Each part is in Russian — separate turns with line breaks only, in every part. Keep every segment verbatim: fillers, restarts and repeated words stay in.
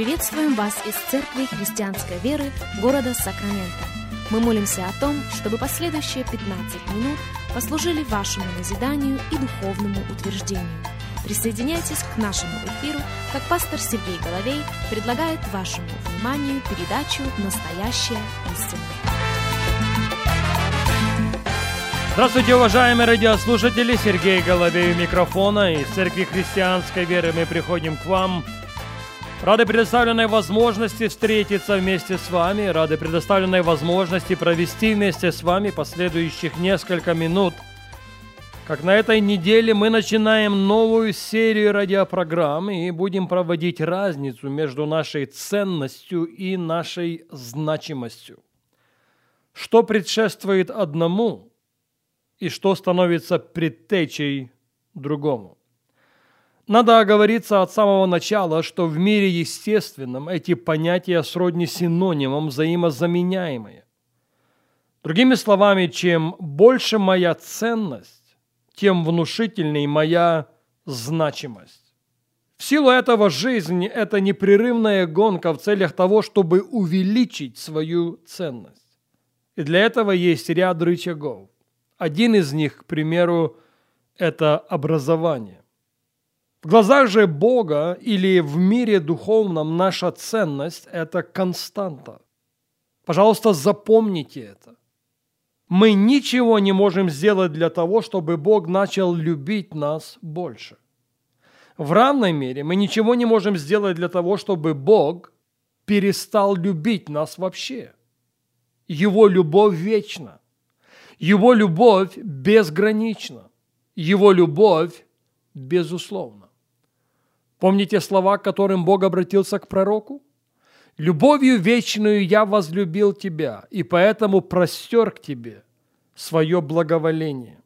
Приветствуем вас из Церкви Христианской Веры города Сакраменто. Мы молимся о том, чтобы последующие пятнадцать минут послужили вашему назиданию и духовному утверждению. Присоединяйтесь к нашему эфиру, как пастор Сергей Головей предлагает вашему вниманию передачу «Настоящая истина».
Здравствуйте, уважаемые радиослушатели! Сергей Головей у микрофона. Из Церкви Христианской Веры мы приходим к вам. Рады предоставленной возможности встретиться вместе с вами, рады предоставленной возможности провести вместе с вами последующих несколько минут. Как на этой неделе мы начинаем новую серию радиопрограмм и будем проводить разницу между нашей ценностью и нашей значимостью. Что предшествует одному и что становится предтечей другому. Надо оговориться от самого начала, что в мире естественном эти понятия сродни синонимам, взаимозаменяемые. Другими словами, чем больше моя ценность, тем внушительней моя значимость. В силу этого жизнь – это непрерывная гонка в целях того, чтобы увеличить свою ценность. И для этого есть ряд рычагов. Один из них, к примеру, это образование. В глазах же Бога или в мире духовном наша ценность – это константа. Пожалуйста, запомните это. Мы ничего не можем сделать для того, чтобы Бог начал любить нас больше. В равной мере мы ничего не можем сделать для того, чтобы Бог перестал любить нас вообще. Его любовь вечна. Его любовь безгранична. Его любовь безусловна. Помните слова, к которым Бог обратился к пророку? «Любовью вечную я возлюбил тебя, и поэтому простер к тебе свое благоволение».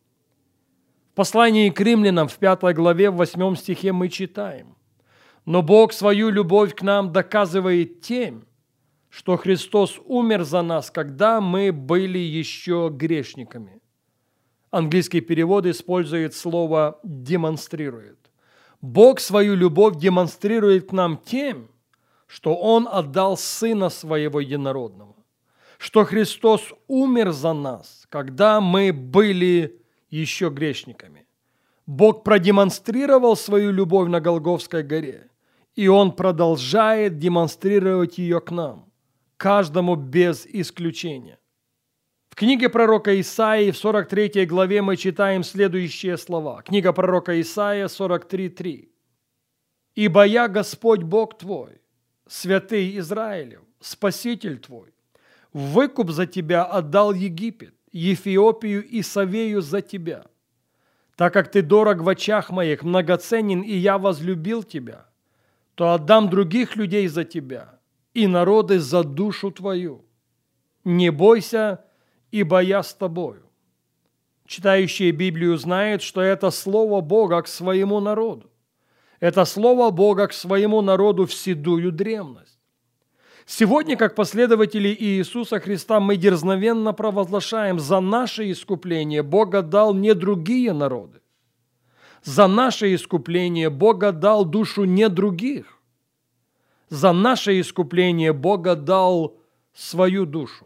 В послании к римлянам в пятой главе в восьмом стихе мы читаем: «Но Бог свою любовь к нам доказывает тем, что Христос умер за нас, когда мы были еще грешниками». Английский перевод использует слово «демонстрирует». Бог свою любовь демонстрирует к нам тем, что Он отдал Сына Своего Единородного, что Христос умер за нас, когда мы были еще грешниками. Бог продемонстрировал свою любовь на Голгофской горе, и Он продолжает демонстрировать ее к нам, каждому без исключения. В книге пророка Исаии в сорок третьей главе мы читаем следующие слова. Книга пророка Исаия сорок три три. «Ибо я Господь Бог твой, святый Израилев, Спаситель твой. Выкуп за тебя отдал Египет, Ефиопию и Савею за тебя. Так как ты дорог в очах моих, многоценен, и я возлюбил тебя, то отдам других людей за тебя и народы за душу твою. Не бойся, ибо я с тобою». Читающие Библию знают, что это слово Бога к своему народу. Это слово Бога к своему народу в седую древность. Сегодня, как последователи Иисуса Христа, мы дерзновенно провозглашаем: за наше искупление Бог отдал не другие народы. За наше искупление Бог отдал душу не других. За наше искупление Бог отдал свою душу.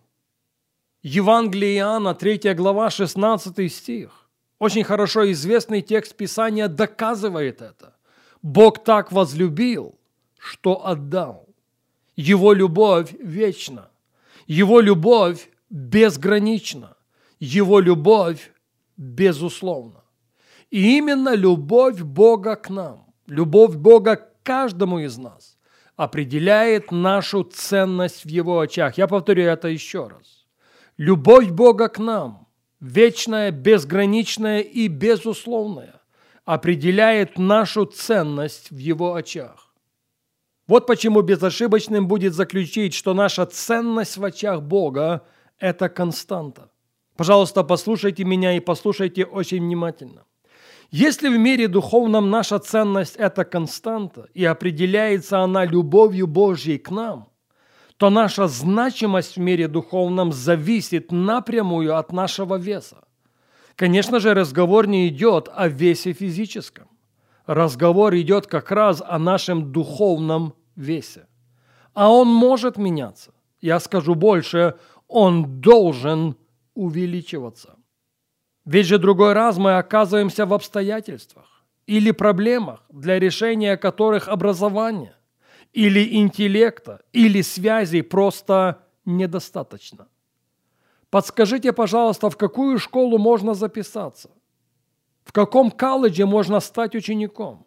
Евангелие Иоанна, третья глава, шестнадцатый стих. Очень хорошо известный текст Писания доказывает это. Бог так возлюбил, что отдал. Его любовь вечна. Его любовь безгранична. Его любовь безусловна. И именно любовь Бога к нам, любовь Бога к каждому из нас определяет нашу ценность в Его очах. Я повторю это еще раз. Любовь Бога к нам, вечная, безграничная и безусловная, определяет нашу ценность в Его очах. Вот почему безошибочным будет заключить, что наша ценность в очах Бога – это константа. Пожалуйста, послушайте меня и послушайте очень внимательно. Если в мире духовном наша ценность – это константа, и определяется она любовью Божьей к нам, то наша значимость в мире духовном зависит напрямую от нашего веса. Конечно же, разговор не идет о весе физическом. Разговор идет как раз о нашем духовном весе. А он может меняться. Я скажу больше, он должен увеличиваться. Ведь же другой раз мы оказываемся в обстоятельствах или проблемах, для решения которых образования или интеллекта или связей просто недостаточно. Подскажите, пожалуйста, в какую школу можно записаться? В каком колледже можно стать учеником?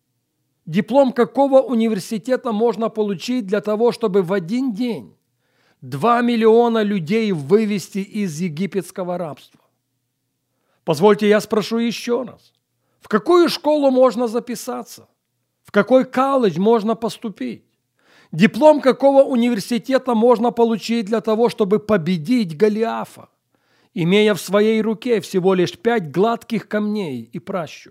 Диплом какого университета можно получить для того, чтобы в один день два миллиона людей вывести из египетского рабства? Позвольте, я спрошу еще раз. В какую школу можно записаться? В какой колледж можно поступить? Диплом какого университета можно получить для того, чтобы победить Голиафа, имея в своей руке всего лишь пять гладких камней и пращу?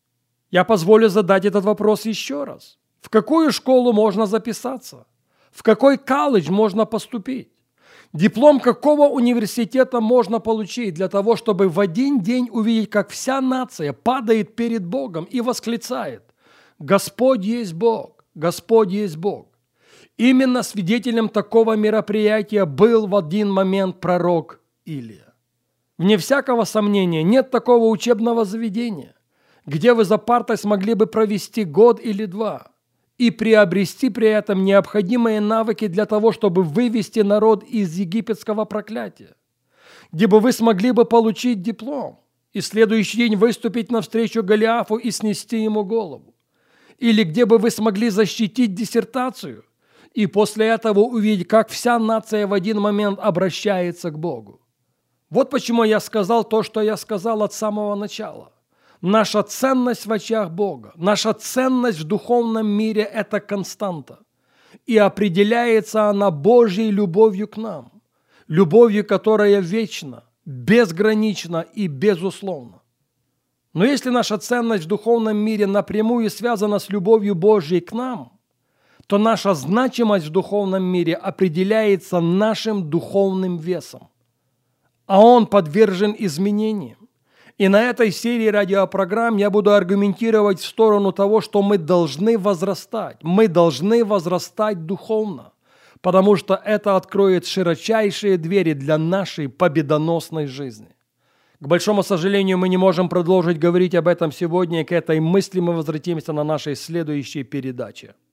Я позволю задать этот вопрос еще раз. В какую школу можно записаться? В какой колледж можно поступить? Диплом какого университета можно получить для того, чтобы в один день увидеть, как вся нация падает перед Богом и восклицает: «Господь есть Бог, Господь есть Бог». Именно свидетелем такого мероприятия был в один момент пророк Илия. Вне всякого сомнения, нет такого учебного заведения, где вы за партой смогли бы провести год или два и приобрести при этом необходимые навыки для того, чтобы вывести народ из египетского проклятия, где бы вы смогли бы получить диплом и в следующий день выступить навстречу Голиафу и снести ему голову, или где бы вы смогли защитить диссертацию и после этого увидеть, как вся нация в один момент обращается к Богу. Вот почему я сказал то, что я сказал от самого начала. Наша ценность в очах Бога, наша ценность в духовном мире – это константа. И определяется она Божьей любовью к нам, любовью, которая вечна, безгранична и безусловна. Но если наша ценность в духовном мире напрямую связана с любовью Божьей к нам, то наша значимость в духовном мире определяется нашим духовным весом, а он подвержен изменениям. И на этой серии радиопрограмм я буду аргументировать в сторону того, что мы должны возрастать. Мы должны возрастать духовно, потому что это откроет широчайшие двери для нашей победоносной жизни. К большому сожалению, мы не можем продолжить говорить об этом сегодня, и к этой мысли мы возвратимся на нашей следующей передаче.